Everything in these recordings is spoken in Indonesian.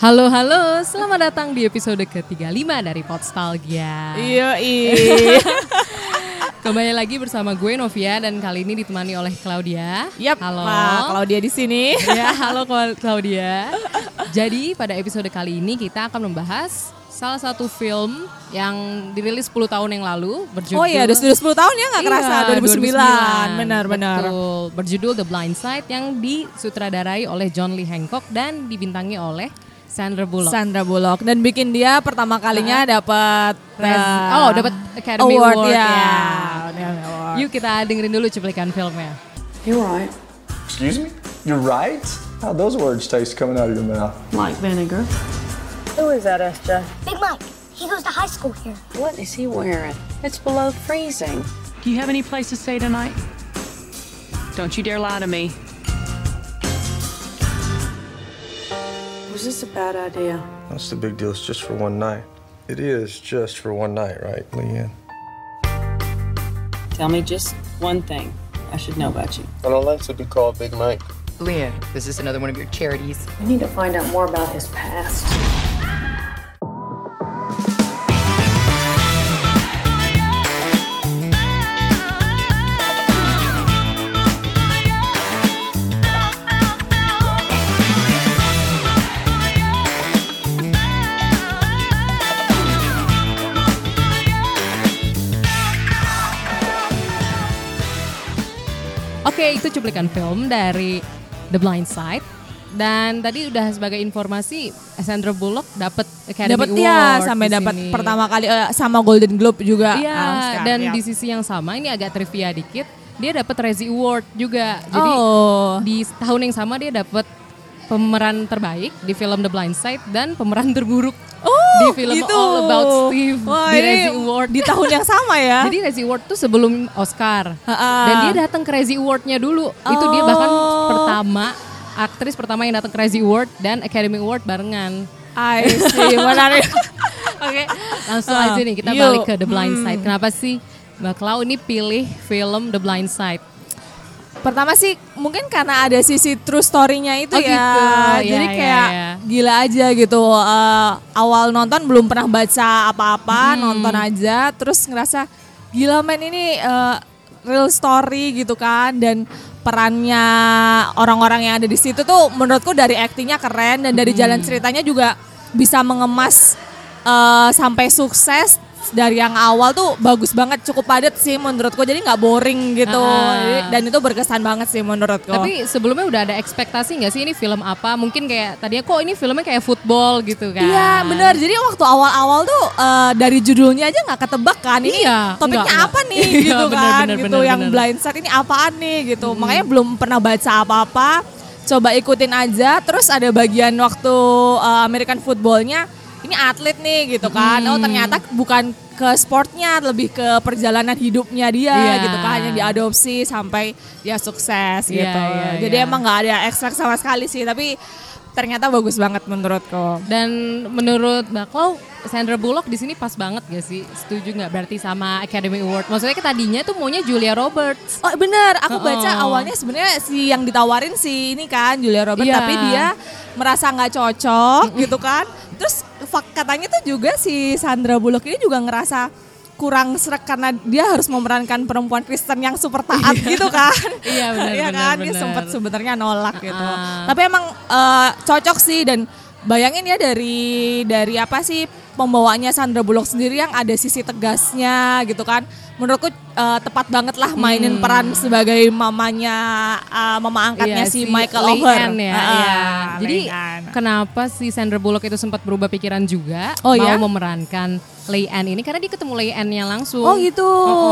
Halo, selamat datang di episode ke-35 dari Podstalgia. Iya. Kembali lagi bersama gue Novia dan kali ini ditemani oleh Claudia. Yap, halo. Claudia di sini. Ya, halo Claudia. Jadi pada episode kali ini kita akan membahas salah satu film yang dirilis 10 tahun yang lalu berjudul. Oh iya, udah 10 tahun ya, nggak kerasa. 2009. Benar. Betul. Berjudul The Blind Side yang disutradarai oleh John Lee Hancock dan dibintangi oleh Sandra Bullock dan bikin dia pertama kalinya dapat dapat Academy Award ya. Yuk kita dengerin dulu cuplikan filmnya. You're right. Excuse me? You're right? How'd those words taste coming out of your mouth? Like vinegar. Who is that, SJ? Big Mike. He goes to high school here. What is he wearing? It's below freezing. Do you have any place to stay tonight? Don't you dare lie to me. Was this a bad idea? What's the big deal? It's just for one night. It is just for one night, right, Leanne? Tell me just one thing I should know about you. I don't like to be called Big Mike. Leanne, is this another one of your charities? I need to find out more about his past. Oke, itu cuplikan film dari The Blind Side. Dan tadi udah sebagai informasi Sandra Bullock dapat Academy Award. Ya, sampai dapat pertama kali sama Golden Globe juga. Iya, dan di sisi yang sama ini agak trivia dikit, dia dapat Razzie Award juga. Jadi di tahun yang sama dia dapat pemeran terbaik di film The Blind Side dan pemeran terburuk di film gitu. All About Steve di Razzie Award di tahun yang sama ya. Jadi Razzie Award tuh sebelum Oscar dan dia datang ke Razzie Award-nya dulu. Itu dia bahkan aktris pertama yang datang ke Razzie Award dan Academy Award barengan. I see, menarik. Oke, langsung aja nih kita balik ke The Blind Side. Kenapa sih Mbak Clau ini pilih film The Blind Side? Pertama sih mungkin karena ada sisi true story-nya itu ya. Gitu. Jadi Ya, kayak gila aja gitu. Awal nonton belum pernah baca apa-apa, nonton aja terus ngerasa gila men ini real story gitu kan, dan perannya orang-orang yang ada di situ tuh menurutku dari aktingnya keren dan dari jalan ceritanya juga bisa mengemas sampai sukses. Dari yang awal tuh bagus banget, cukup padat sih menurutku, jadi nggak boring gitu. Dan itu berkesan banget sih menurutku. Tapi sebelumnya udah ada ekspektasi nggak sih ini film apa? Mungkin kayak tadinya kok ini filmnya kayak football gitu kan? Iya benar. Jadi waktu awal-awal tuh dari judulnya aja nggak ketebak kan. Ini topiknya enggak. apa nih gitu kan? Gitu yang bener. Blind Side ini apaan nih gitu. Makanya belum pernah baca apa-apa. Coba ikutin aja. Terus ada bagian waktu American footballnya. Ini atlet nih gitu kan. Oh ternyata bukan ke sportnya, lebih ke perjalanan hidupnya dia gitu kan, yang diadopsi sampai dia sukses gitu. Jadi emang nggak ada expect sama sekali sih, tapi ternyata bagus banget menurutku. Dan menurut Mbak Clau, Sandra Bullock di sini pas banget gak sih? Setuju nggak berarti sama Academy Award? Maksudnya tadinya tuh maunya Julia Roberts. Oh bener, aku baca awalnya sebenarnya si yang ditawarin si ini kan Julia Roberts, tapi dia merasa nggak cocok gitu kan. Terus katanya tuh juga si Sandra Bullock ini juga ngerasa kurang srek karena dia harus memerankan perempuan Kristen yang super taat gitu kan. Iya benar. Iya kan, dia sempat sebenarnya nolak gitu. Tapi emang cocok sih, dan bayangin ya dari apa sih pembawaannya Sandra Bullock sendiri yang ada sisi tegasnya gitu kan. Menurutku tepat banget lah mainin peran sebagai mamanya, mama angkatnya si Michael Oher. Jadi kenapa si Sandra Bullock itu sempat berubah pikiran juga mau memerankan Leanne ini karena dia ketemu Leanne-nya langsung. Oh gitu.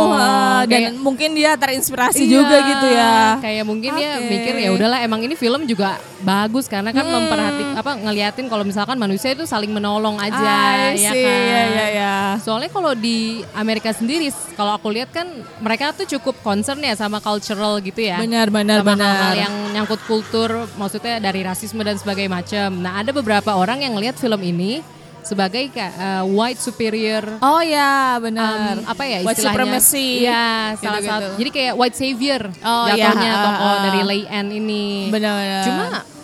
Dan mungkin dia terinspirasi juga gitu ya. Kayak mungkin dia mikir ya udahlah, emang ini film juga bagus karena kan ngeliatin kalau misalkan manusia itu saling menolong aja ya kan. Iya. Soalnya kalau di Amerika sendiri kalau aku lihat kan mereka tuh cukup concern ya sama cultural gitu ya. Benar. Sama hal-hal yang nyangkut kultur, maksudnya dari rasisme dan sebagainya macam. Nah, ada beberapa orang yang ngelihat film ini sebagai white superior. Oh ya, benar. Apa ya white istilahnya? supremacy. Iya, salah gitu-gitu. satu. Jadi kayak white savior Oh, jatuhnya iya, tokoh dari Leanne ini. Benar. Cuma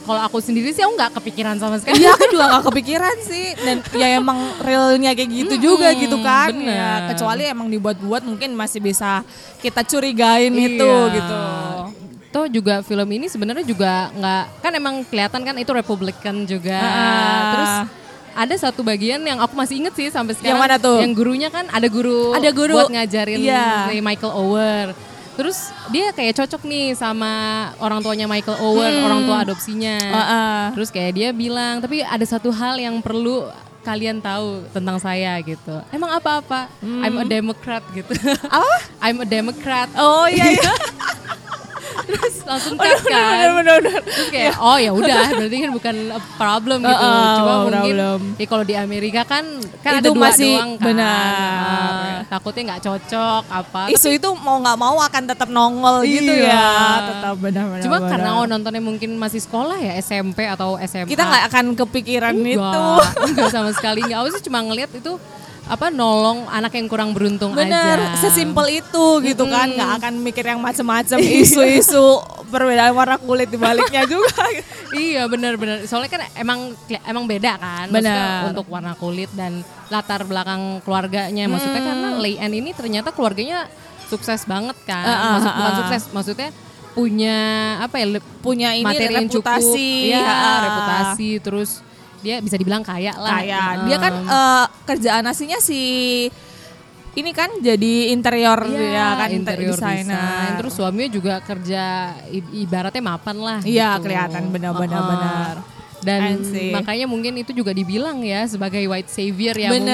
kalau aku sendiri sih aku nggak kepikiran sama sekali. Iya, aku juga gak kepikiran sih. Dan ya emang realnya kayak gitu juga gitu kan. Bener. Ya, kecuali emang dibuat-buat mungkin masih bisa kita curigain itu gitu. Toh juga film ini sebenarnya juga nggak, kan emang kelihatan kan itu Republican juga. Terus ada satu bagian yang aku masih inget sih sampai sekarang. Yang mana tuh? Yang gurunya kan ada guru buat ngajarin si Michael Oher. Terus dia kayak cocok nih sama orang tuanya Michael Oher, orang tua adopsinya. Terus kayak dia bilang, tapi ada satu hal yang perlu kalian tahu tentang saya gitu. Emang apa-apa? I'm a Democrat gitu. I'm a Democrat. Oh iya. Terus langsung cut kan. Bener. Terus kayak oh ya udah berarti kan bukan a problem gitu. Cuma mungkin kalau di Amerika kan itu ada dua masih doang kan. benar. Takutnya nggak cocok apa. Isu itu mau nggak mau akan tetap nongol gitu ya. Tetap benar. Cuma karena nontonnya mungkin masih sekolah ya, SMP atau SMA. Kita nggak akan kepikiran itu. Enggak sama sekali. Enggak, aku sih cuma ngeliat itu nolong anak yang kurang beruntung aja. Bener, sesimpel itu gitu kan, nggak akan mikir yang macam-macam isu-isu perbedaan warna kulit di baliknya juga. Iya benar. Soalnya kan emang beda kan. Maksudnya untuk warna kulit dan latar belakang keluarganya. Maksudnya karena Lay Ann ini ternyata keluarganya sukses banget kan. Bukan sukses, maksudnya punya punya ini materi yang reputasi, cukup, reputasi, terus dia bisa dibilang kaya lah. Dia kan kerjaan aslinya ini kan jadi interior kan, interior designer. Terus suaminya juga kerja ibaratnya mapan lah. Iya, gitu. kelihatan benar. Dan makanya mungkin itu juga dibilang ya sebagai white savior ya mungkin.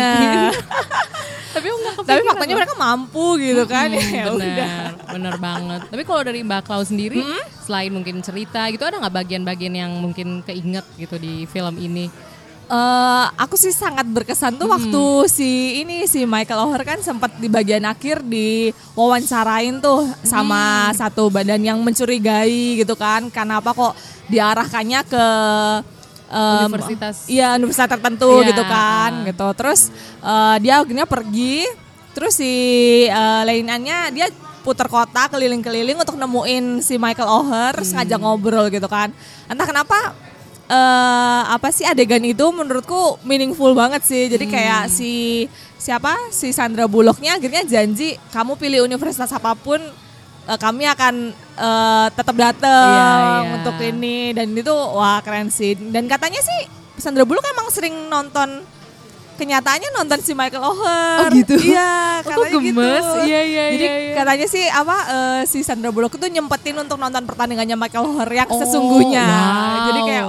Tapi faktanya mereka mampu gitu kan. Bener banget. Tapi kalau dari Mbak Klau sendiri, selain mungkin cerita gitu, ada nggak bagian-bagian yang mungkin keinget gitu di film ini? Aku sih sangat berkesan tuh waktu si Michael Oher kan sempat di bagian akhir diwawancarain tuh sama satu badan yang mencurigai gitu kan. Kenapa kok diarahkannya ke universitas tertentu gitu kan gitu. Terus dia akhirnya pergi, terus si Lay Ann-nya dia putar kota keliling-keliling untuk nemuin si Michael Oher, terus ngajak ngobrol gitu kan. Entah kenapa adegan itu menurutku meaningful banget sih. Jadi kayak si Sandra Bullock-nya akhirnya janji, kamu pilih universitas apapun kami akan tetap datang untuk ini, dan itu wah keren sih. Dan katanya sih Sandra Bullock emang sering nonton, kenyataannya nonton si Michael Oher. Oh gitu? Iya, katanya gemes. gitu. Iya. Jadi katanya sih si Sandra Bullock itu nyempetin untuk nonton pertandingannya Michael Oher yang sesungguhnya. Wow. Jadi kayak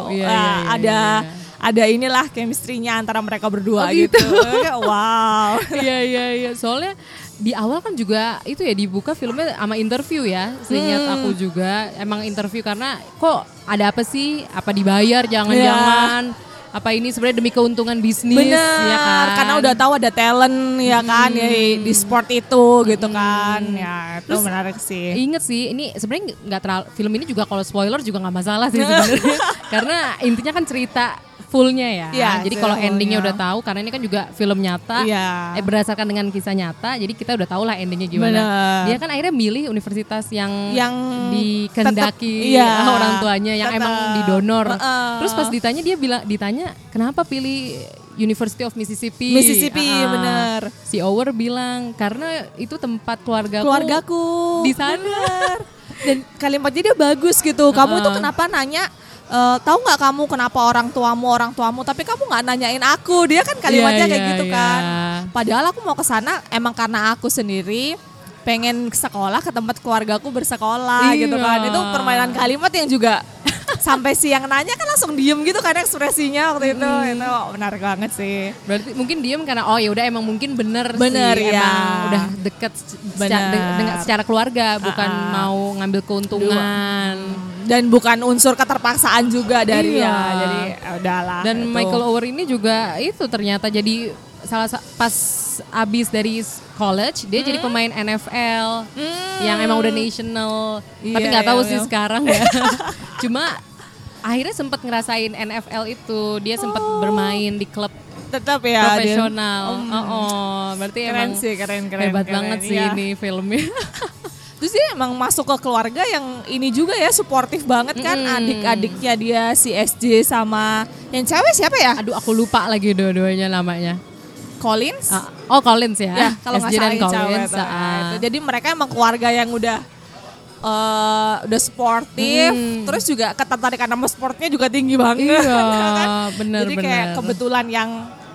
ada inilah chemistry-nya antara mereka berdua gitu. Wow. Iya. Soalnya di awal kan juga itu ya dibuka filmnya sama interview ya. Seingat aku juga emang interview karena kok ada apa sih? Apa dibayar? Jangan-jangan apa ini sebenarnya demi keuntungan bisnis. Ya kan? Karena udah tahu ada talent ya kan ya di sport itu gitu kan. Ya itu menarik sih. Ingat sih ini sebenarnya nggak terlalu, film ini juga kalau spoiler juga nggak masalah sih sebenarnya. Karena intinya kan cerita fullnya ya. Jadi kalau endingnya udah tahu, karena ini kan juga film nyata, berdasarkan dengan kisah nyata, jadi kita udah tahu lah endingnya gimana. Dia kan akhirnya milih universitas yang dikehendaki orang tuanya, yang emang didonor. Terus pas ditanya kenapa pilih University of Mississippi. Bener. Si Oher bilang karena itu tempat keluargaku di sana. Dan kalimatnya dia bagus gitu. Kamu itu kenapa nanya? Tahu nggak kamu kenapa orang tuamu, tapi kamu nggak nanyain aku. Dia kan kalimatnya kayak gitu kan. Padahal aku mau ke sana emang karena aku sendiri pengen ke sekolah, ke tempat keluargaku bersekolah gitu kan. Itu permainan kalimat yang juga sampai si yang nanya kan langsung diem gitu kan ekspresinya waktu itu. Itu menarik banget sih. Berarti mungkin diem karena ya udah emang mungkin bener sih, ya. emang udah deket secara keluarga, bukan mau ngambil keuntungan. Dan bukan unsur keterpaksaan juga dari jadi udahlah. Dan itu. Michael Oher ini juga itu ternyata jadi pas abis dari college dia jadi pemain NFL yang emang udah national. Tapi nggak tahu sih sekarang ya. Cuma akhirnya sempat ngerasain NFL itu, dia sempat bermain di klub tetap ya profesional. Berarti keren emang sih, keren hebat banget sih ini filmnya. Terus dia emang masuk ke keluarga yang ini juga ya, suportif banget kan. Adik-adiknya dia si SJ sama yang cewek siapa ya? Aduh aku lupa lagi dua-duanya namanya. Collins? Collins ya. Ya kalau nggak SJ dan salah Collins. cewek. Itu. Jadi mereka emang keluarga yang udah sportif, terus juga ketertarikan sama sportnya juga tinggi banget. Iya, kan? bener. Jadi kayak kebetulan yang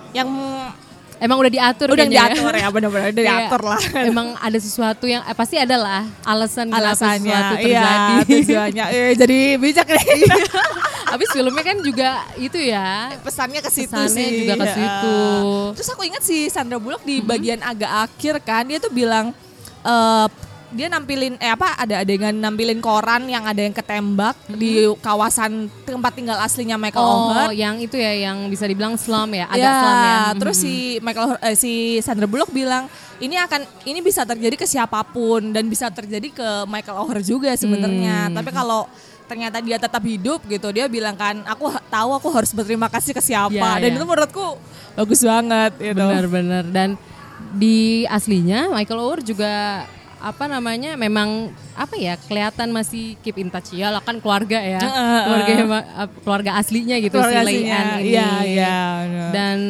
emang udah diatur udah kayaknya diatur ya, benar-benar udah diatur lah. Emang ada sesuatu yang pasti ada lah alasannya sesuatu terjadi. Iya, tujuannya. Jadi bijak nih. Habis filmnya kan juga itu ya. Pesannya ke situ Pesannya sih. juga ke situ. Terus aku ingat si Sandra Bullock di bagian agak akhir kan, dia tuh bilang dia nampilin ada adegan nampilin koran yang ada yang ketembak di kawasan tempat tinggal aslinya Michael O'Hare. Yang itu ya yang bisa dibilang slum ya, agak slum ya. Terus si Sandra Bullock bilang ini bisa terjadi ke siapapun dan bisa terjadi ke Michael O'Hare juga sebenarnya. Tapi kalau ternyata dia tetap hidup gitu, dia bilang kan aku tahu aku harus berterima kasih ke siapa. Dan itu menurutku bagus banget gitu. Benar-benar. Dan di aslinya Michael O'Hare juga memang kelihatan masih keep in touch ya lah kan keluarga ya. Keluarga aslinya gitu keluarga si Leanne ini. Iya. Dan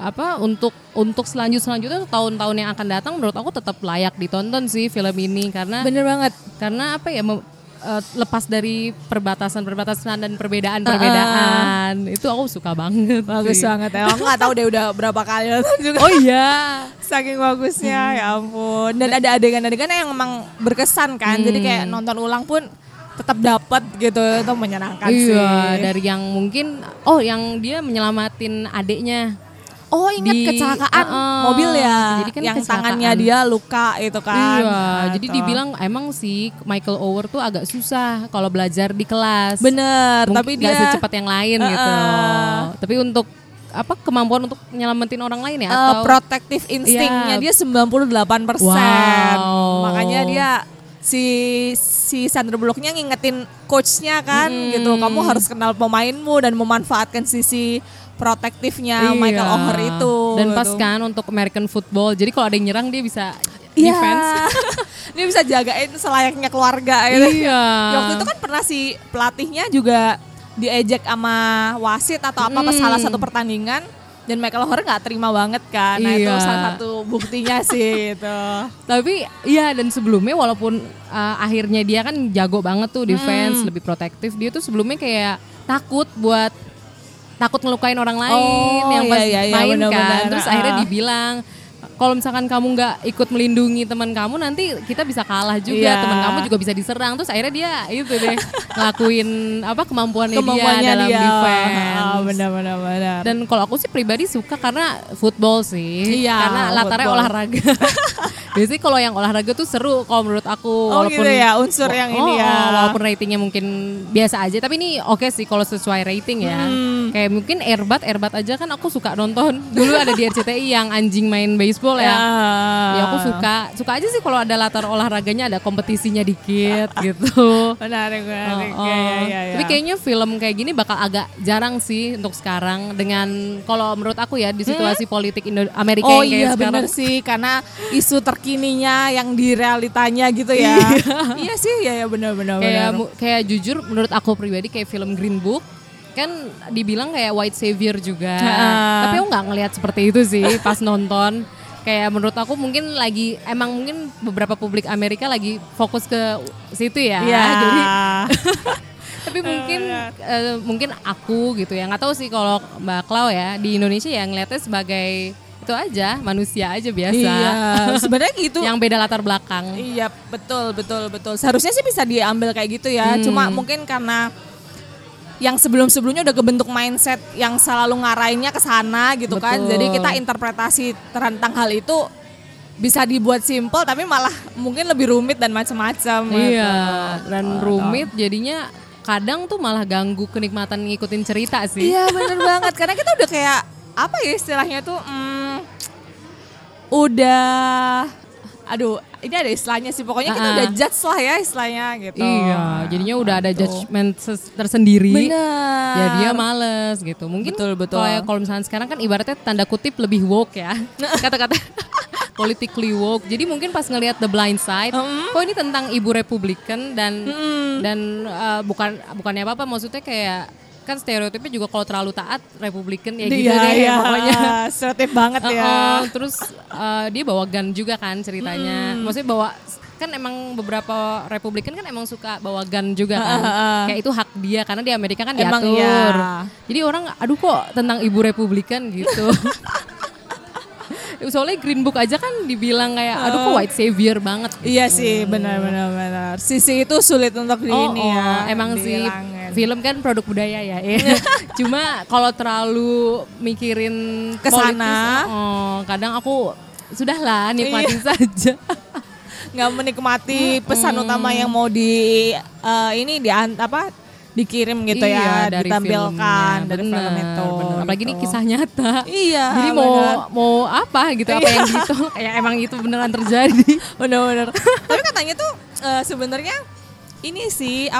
untuk selanjutnya tahun-tahun yang akan datang menurut aku tetap layak ditonton sih film ini karena bener banget. Karena lepas dari perbatasan dan perbedaan itu aku suka banget. Bagus banget ya. Aku nggak tahu deh udah berapa kali nonton juga. Oh iya, saking bagusnya ya ampun. Dan ada adegan-adegan yang emang berkesan kan. Jadi kayak nonton ulang pun tetap dapat gitu, itu menyenangkan sih. Iya, dari yang mungkin yang dia menyelamatin adiknya. Oh ingat kecelakaan mobil ya, jadi kan yang tangannya dia luka itu kan. Iya, jadi dibilang emang sih Michael O'Hare tuh agak susah kalau belajar di kelas. Bener, tapi dia gak secepat yang lain gitu. Tapi untuk kemampuan untuk nyelamatin orang lain ya atau protective instingnya dia 98%. Wow. Makanya dia si Sandra Bullocknya ngingetin coachnya kan gitu, kamu harus kenal pemainmu dan memanfaatkan sisi protektifnya Michael O'Hare itu. Dan pas kan untuk American football, jadi kalau ada yang nyerang dia bisa defense. Dia bisa jagain selayaknya keluarga gitu. Iya. Waktu itu kan pernah si pelatihnya juga diejek sama wasit atau apa salah satu pertandingan. Dan Michael O'Hare gak terima banget kan. Nah itu salah satu buktinya sih itu. Tapi iya, dan sebelumnya walaupun akhirnya dia kan jago banget tuh defense, lebih protektif, dia tuh sebelumnya kayak takut ngelukain orang lain yang pas main bener, kan. Terus akhirnya dibilang kalau misalkan kamu nggak ikut melindungi teman kamu nanti kita bisa kalah juga, teman kamu juga bisa diserang. Terus akhirnya dia itu deh ngelakuin kemampuannya dia dalam defense. Benar. Dan kalau aku sih pribadi suka karena football sih, karena latarnya olahraga. Biasanya kalau yang olahraga tuh seru kalau menurut aku. Walaupun, gitu ya unsur yang ini ya. Walaupun ratingnya mungkin biasa aja, tapi ini oke sih kalau sesuai rating ya. Kayak mungkin Airbat aja kan aku suka nonton. Dulu ada di RCTI yang anjing main baseball ya. Ya aku suka aja sih kalau ada latar olahraganya, ada kompetisinya dikit gitu. Menarik. Ya. Tapi kayaknya film kayak gini bakal agak jarang sih untuk sekarang dengan kalau menurut aku ya di situasi politik Amerika yang kayak sekarang. Bener sih, karena isu terkininya yang di realitanya gitu ya. Iya sih, ya benar. Kayak jujur menurut aku pribadi kayak film Green Book kan dibilang kayak white savior juga. Tapi aku nggak ngelihat seperti itu sih pas nonton. Kayak menurut aku mungkin beberapa publik Amerika lagi fokus ke situ ya. Jadi tapi mungkin aku gitu ya, nggak tahu sih kalau Mbak Klau ya di Indonesia ya ngelihatnya sebagai itu aja, manusia aja biasa. Iya, sebenarnya gitu. Yang beda latar belakang. Iya, betul. Seharusnya sih bisa diambil kayak gitu ya. Cuma mungkin karena yang sebelumnya udah kebentuk mindset yang selalu ngarahinnya ke sana gitu. Betul. Kan. Jadi kita interpretasi tentang hal itu bisa dibuat simpel tapi malah mungkin lebih rumit dan macam-macam. Iya, dan rumit jadinya kadang tuh malah ganggu kenikmatan ngikutin cerita sih. Iya, bener banget. Karena kita udah kayak apa ya istilahnya tuh udah aduh ini ada istilahnya sih, pokoknya kita udah judge lah ya istilahnya gitu. Iya, jadinya udah ada judgement tersendiri. Bener. Ya dia males gitu. Mungkin Betul. kalau misalnya sekarang kan ibaratnya tanda kutip lebih woke ya. Kata-kata politically woke. Jadi mungkin pas ngelihat The Blind Side, kok ini tentang ibu Republikan dan bukannya apa-apa, maksudnya kayak kan stereotipnya juga kalau terlalu taat Republikan ya gitu deh pokoknya. Stereotip banget ya. Terus dia bawa gun juga kan ceritanya. Maksudnya bawa, kan emang beberapa Republikan kan emang suka bawa gun juga kan. Kayak itu hak dia karena di Amerika kan Emang diatur. iya. Jadi orang aduh kok tentang ibu Republikan gitu. Soalnya Green Book aja kan dibilang kayak aduh kok white savior banget gitu. Iya sih, benar. Sisi itu sulit untuk ini ya. Emang sih dihilangin. film kan produk budaya ya. Cuma kalau terlalu mikirin kesana, politis, kadang aku sudahlah nikmatin saja. Nggak menikmati pesan utama yang mau dikirim gitu ya, dari ditampilkan dari bener, film itu. Bener. Apalagi gitu. ini kisah nyata. Iya. Jadi mau apa gitu, apa yang gitu, kayak emang itu beneran terjadi. Bener. Tapi katanya tuh sebenarnya ini sih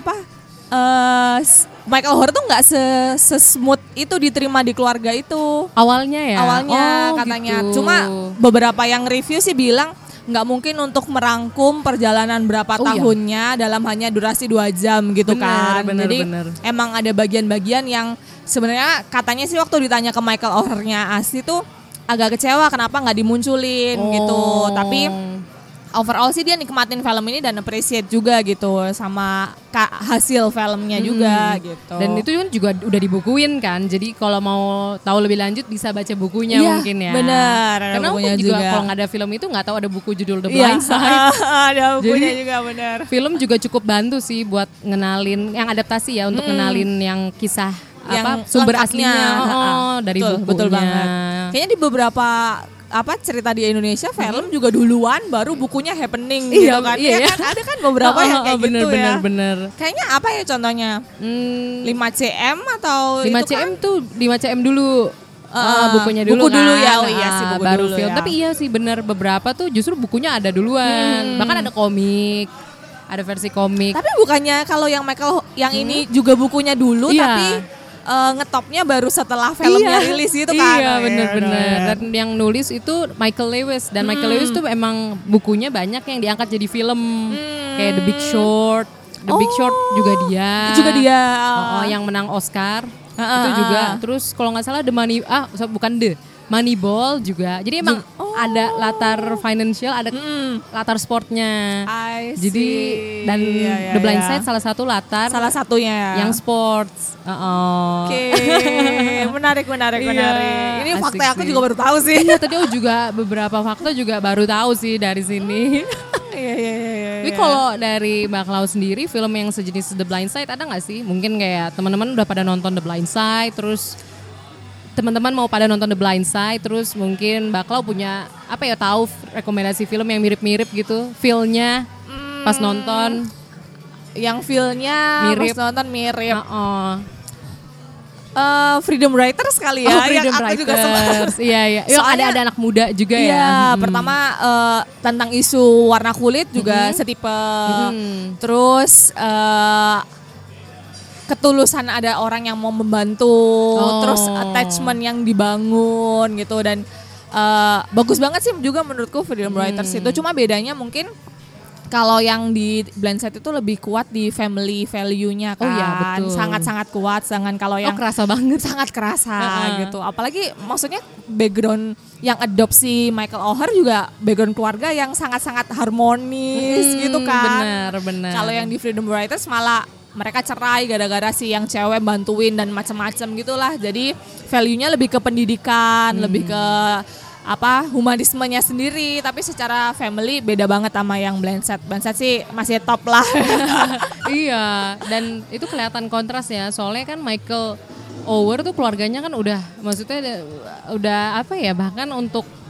Michael Horr tuh nggak se-smooth itu diterima di keluarga itu. Awalnya ya. Katanya. Gitu. Cuma beberapa yang review sih bilang nggak mungkin untuk merangkum perjalanan berapa tahunnya dalam hanya durasi 2 jam gitu kan. Jadi emang ada bagian-bagian yang sebenarnya katanya sih waktu ditanya ke Michael Horr-nya asli tuh agak kecewa kenapa nggak dimunculin gitu. Tapi overall sih dia nikmatin film ini dan appreciate juga gitu sama hasil filmnya juga gitu. Dan itu juga udah dibukuin kan. Jadi kalau mau tahu lebih lanjut bisa baca bukunya mungkin ya. Benar. Karena aku juga kalau nggak ada film itu nggak tahu ada buku judul The Blind Side. Ada bukunya juga benar. Film juga cukup bantu sih buat ngenalin yang adaptasi ya untuk ngenalin yang kisah yang sumber lengkapnya. aslinya dari bukunya. Betul banget. Kayaknya di beberapa cerita di Indonesia film juga duluan baru bukunya happening gitu kan. Iya kan ada kan beberapa yang kayak gitu ya. Bener. Kayaknya apa ya contohnya? 5cm atau 5cm tuh 5cm dulu. Bukunya dulu buku dulu kan. ya. Oh iya sih buku baru dulu film. ya. Tapi iya sih bener beberapa tuh justru bukunya ada duluan. Bahkan ada komik. Ada versi komik. Tapi bukannya kalau yang Michael yang ini juga bukunya dulu tapi ngetopnya baru setelah filmnya rilis gitu kan. Iya bener-bener. Dan yang nulis itu Michael Lewis. Dan Michael Lewis tuh emang bukunya banyak yang diangkat jadi film. Kayak The Big Short. The Big Short juga dia. Yang menang Oscar. Itu juga. Terus kalau gak salah Moneyball juga. Jadi emang ada latar financial, ada latar sportnya. Jadi dan The Blind Side salah satu latar. Salah satunya. Yang sports. Oke. Menarik. Ini Asik fakta aku sih. juga baru tahu sih. Iya tadi aku juga beberapa fakta juga baru tahu sih dari sini. Iya. Tapi kalau dari Mbak Klau sendiri film yang sejenis The Blind Side ada nggak sih? Mungkin kayak teman-teman udah pada nonton The Blind Side, terus teman-teman mau pada nonton The Blind Side, terus mungkin Mbak Klau punya tahu rekomendasi film yang mirip-mirip gitu, feel-nya pas nonton. Yang feel-nya Mirip. pas nonton mirip. Freedom Writers kali ya. Freedom yang aku juga Writers. Iya. Soalnya ada anak muda juga ya. Iya, pertama tentang isu warna kulit juga setipe. Terus ketulusan ada orang yang mau membantu, terus attachment yang dibangun gitu dan bagus banget sih juga menurutku Freedom Writers itu. Cuma bedanya mungkin kalau yang di Blind Side itu lebih kuat di family value-nya kan. Oh iya, betul. Sangat-sangat kuat. Sedangkan kalau yang kerasa banget. Sangat kerasa gitu. Apalagi maksudnya background yang adopsi Michael O'Hare juga background keluarga yang sangat-sangat harmonis gitu kan. Benar. Kalau yang di Freedom Writers malah mereka cerai gara-gara si yang cewek bantuin dan macam-macam gitulah. Jadi value-nya lebih ke pendidikan, lebih ke humanismenya sendiri, tapi secara family beda banget sama yang Blind Side. Blind Side sih masih top lah. Iya, dan itu kelihatan kontras ya. Soalnya kan Michael O'Hare tuh keluarganya kan udah bahkan untuk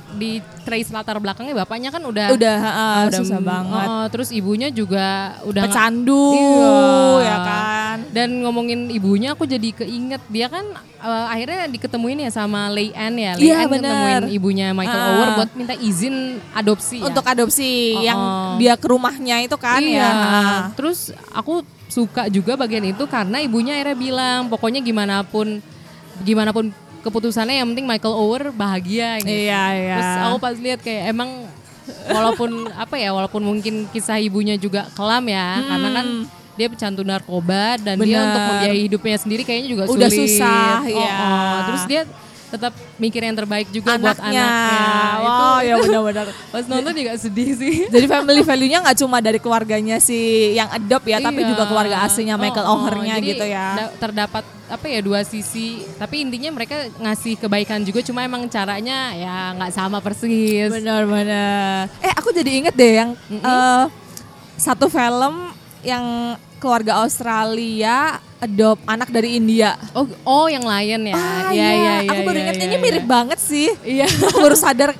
di trace latar belakangnya bapaknya kan udah susah banget. Terus ibunya juga udah pecandu, iya. ya kan. Dan ngomongin ibunya aku jadi keinget dia kan akhirnya diketemuin ya sama Leigh Ann ya. Iya, Leigh Ann ketemuin ibunya Michael Oher buat minta izin adopsi. Untuk adopsi yang dia ke rumahnya itu kan iya. ya. Terus aku suka juga bagian itu karena ibunya akhirnya bilang pokoknya gimana pun keputusannya yang penting Michael Oher bahagia gitu. Iya. Terus aku pas lihat kayak emang walaupun mungkin kisah ibunya juga kelam ya karena kan dia pecandu narkoba dan dia untuk membiayai hidupnya sendiri kayaknya juga udah sulit. susah ya. Terus dia tetap mikir yang terbaik juga anaknya. buat anaknya. Wow, ya benar-benar. Pas nonton juga sedih sih. Jadi family value-nya nggak cuma dari keluarganya si yang adopt ya, tapi juga keluarga aslinya Michael Oher-nya gitu ya. Terdapat dua sisi, tapi intinya mereka ngasih kebaikan juga, cuma emang caranya ya nggak sama persis. Benar-benar. Aku jadi inget deh yang satu film yang keluarga Australia adopt anak dari India. Oh yang Lion ya. Iya. Aku baru ingat ini mirip banget sih. Iya. Aku baru sadar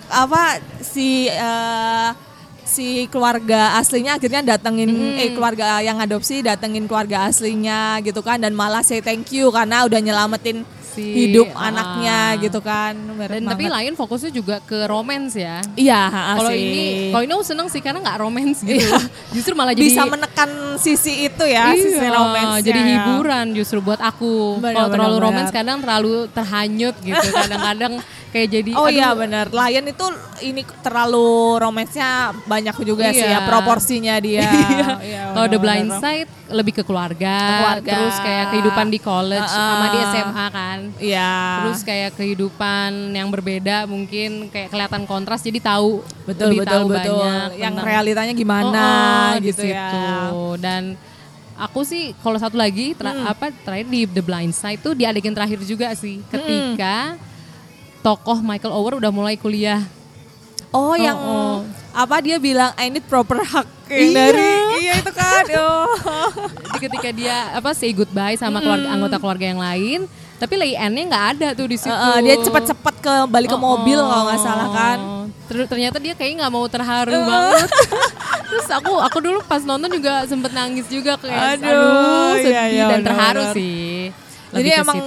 si keluarga aslinya akhirnya datengin keluarga yang adopsi datengin keluarga aslinya gitu kan, dan malah say thank you karena udah nyelamatin hidup anaknya gitu kan. Dan tapi Lion fokusnya juga ke romance ya. Iya, kalau ini aku seneng sih karena nggak romance gitu. Justru malah jadi bisa menekan sisi itu ya, sisi romance. Jadi hiburan justru buat aku. Kalau terlalu romance kadang terlalu terhanyut gitu. Kadang-kadang kayak jadi iya benar. Lion itu ini terlalu romansnya banyak juga sih ya, proporsinya dia. Kalau The Blind Side lebih ke keluarga. Terus kayak kehidupan di college sama di SMA kan. Iya. Terus kayak kehidupan yang berbeda mungkin kayak kelihatan kontras jadi tahu betul banyak yang realitanya gimana gitu ya. Dan aku sih kalau satu lagi terakhir di The Blind Side tuh di adegan terakhir juga sih ketika tokoh Michael Oher udah mulai kuliah. Yang dia bilang I need proper hug dari itu kan. Jadi ketika dia say goodbye sama anggota keluarga yang lain, tapi Leigh Ann-nya nggak ada tuh di situ. Dia cepet-cepet balik ke mobil kalau nggak salah kan. Ternyata dia kayaknya nggak mau terharu banget. Terus aku dulu pas nonton juga sempet nangis juga kayak aduh sedih dan terharu sih. Jadi emang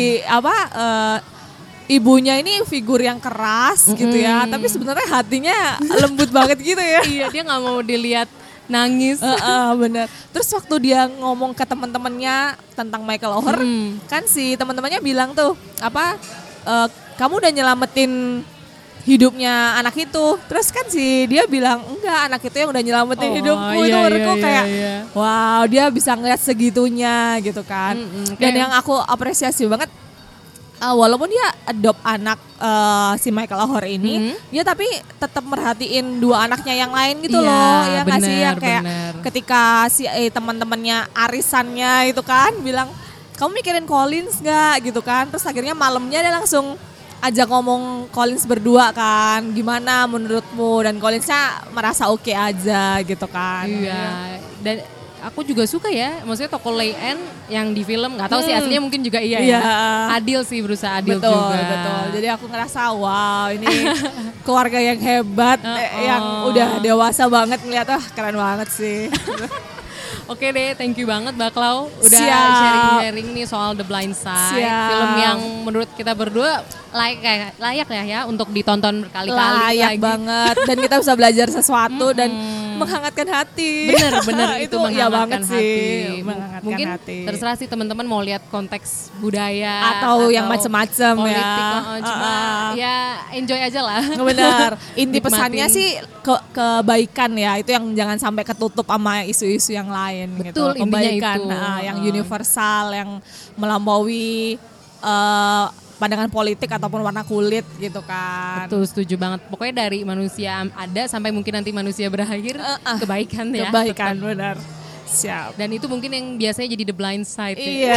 ibunya ini figur yang keras gitu ya, tapi sebenarnya hatinya lembut banget gitu ya. Iya, dia nggak mau dilihat nangis. Bener. Terus waktu dia ngomong ke teman-temannya tentang Michael Oher, kan si teman-temannya bilang tuh kamu udah nyelamatin hidupnya anak itu. Terus kan dia bilang enggak, anak itu yang udah nyelamatin hidupku. Itu menurutku kayak wow, dia bisa ngeliat segitunya gitu kan. Dan yang aku apresiasi banget, walaupun dia adopt anak si Michael Oher ini, dia tapi tetap merhatiin dua anaknya yang lain gitu loh. Ya nggak sih, yang kayak ketika si teman-temannya arisannya itu kan bilang, kamu mikirin Collins nggak gitu kan? Terus akhirnya malamnya dia langsung ajak ngomong Collins berdua kan, gimana menurutmu? Dan Collinsnya merasa oke aja gitu kan. Iya. Dan aku juga suka ya, maksudnya tokoh Leigh Ann yang di film, nggak tahu sih aslinya mungkin juga ya. Adil sih, berusaha adil juga. Betul. Jadi aku ngerasa wow, ini keluarga yang hebat, yang udah dewasa banget ngeliat, keren banget sih. Oke deh, thank you banget Mbak Klau udah sharing-sharing nih soal The Blind Side. Film yang menurut kita berdua layak ya untuk ditonton berkali-kali. Layak banget, dan kita bisa belajar sesuatu dan menghangatkan hati. Bener itu menghangatkan hati. Mungkin hati. Terserah sih teman-teman mau lihat konteks budaya atau yang macam-macam politik, cuma ya enjoy aja lah. Benar. Inti pesannya sih kebaikan ya, itu yang jangan sampai ketutup sama isu-isu yang lain. Betul, gitu. Kebaikan itu. Yang universal, yang melampaui pandangan politik ataupun warna kulit gitu kan. Betul, setuju banget. Pokoknya dari manusia ada sampai mungkin nanti manusia berakhir, kebaikan ya. Kebaikan, benar. Siap. Dan itu mungkin yang biasanya jadi The Blind Side. Iya.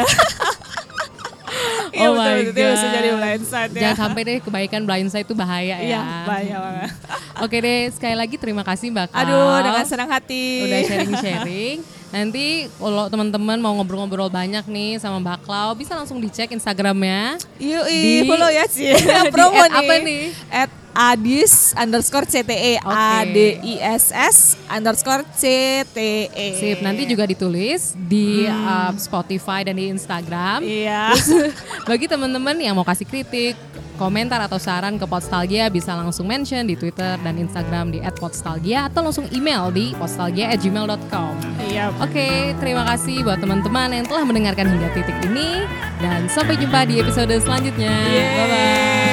Oh my God. Itu bisa jadi blind side ya. Jangan sampai deh kebaikan blind side itu bahaya ya. Iya, bahaya banget. Oke deh, sekali lagi terima kasih Mbak Klau. Aduh, dengan senang hati. Udah sharing-sharing. Nanti kalau teman-teman mau ngobrol-ngobrol banyak nih sama Mbak Klau, bisa langsung dicek Instagramnya. Follow ya sih. Promo nih. Apa nih? @adis_cte. ADISS_cte. Sip, nanti juga ditulis di Spotify dan di Instagram. Iya. Bagi teman-teman yang mau kasih kritik, komentar atau saran ke Podstalgia bisa langsung mention di Twitter dan Instagram di @podstalgia atau langsung email di podstalgia@gmail.com. Iya. Oke, terima kasih buat teman-teman yang telah mendengarkan hingga titik ini dan sampai jumpa di episode selanjutnya. Bye bye.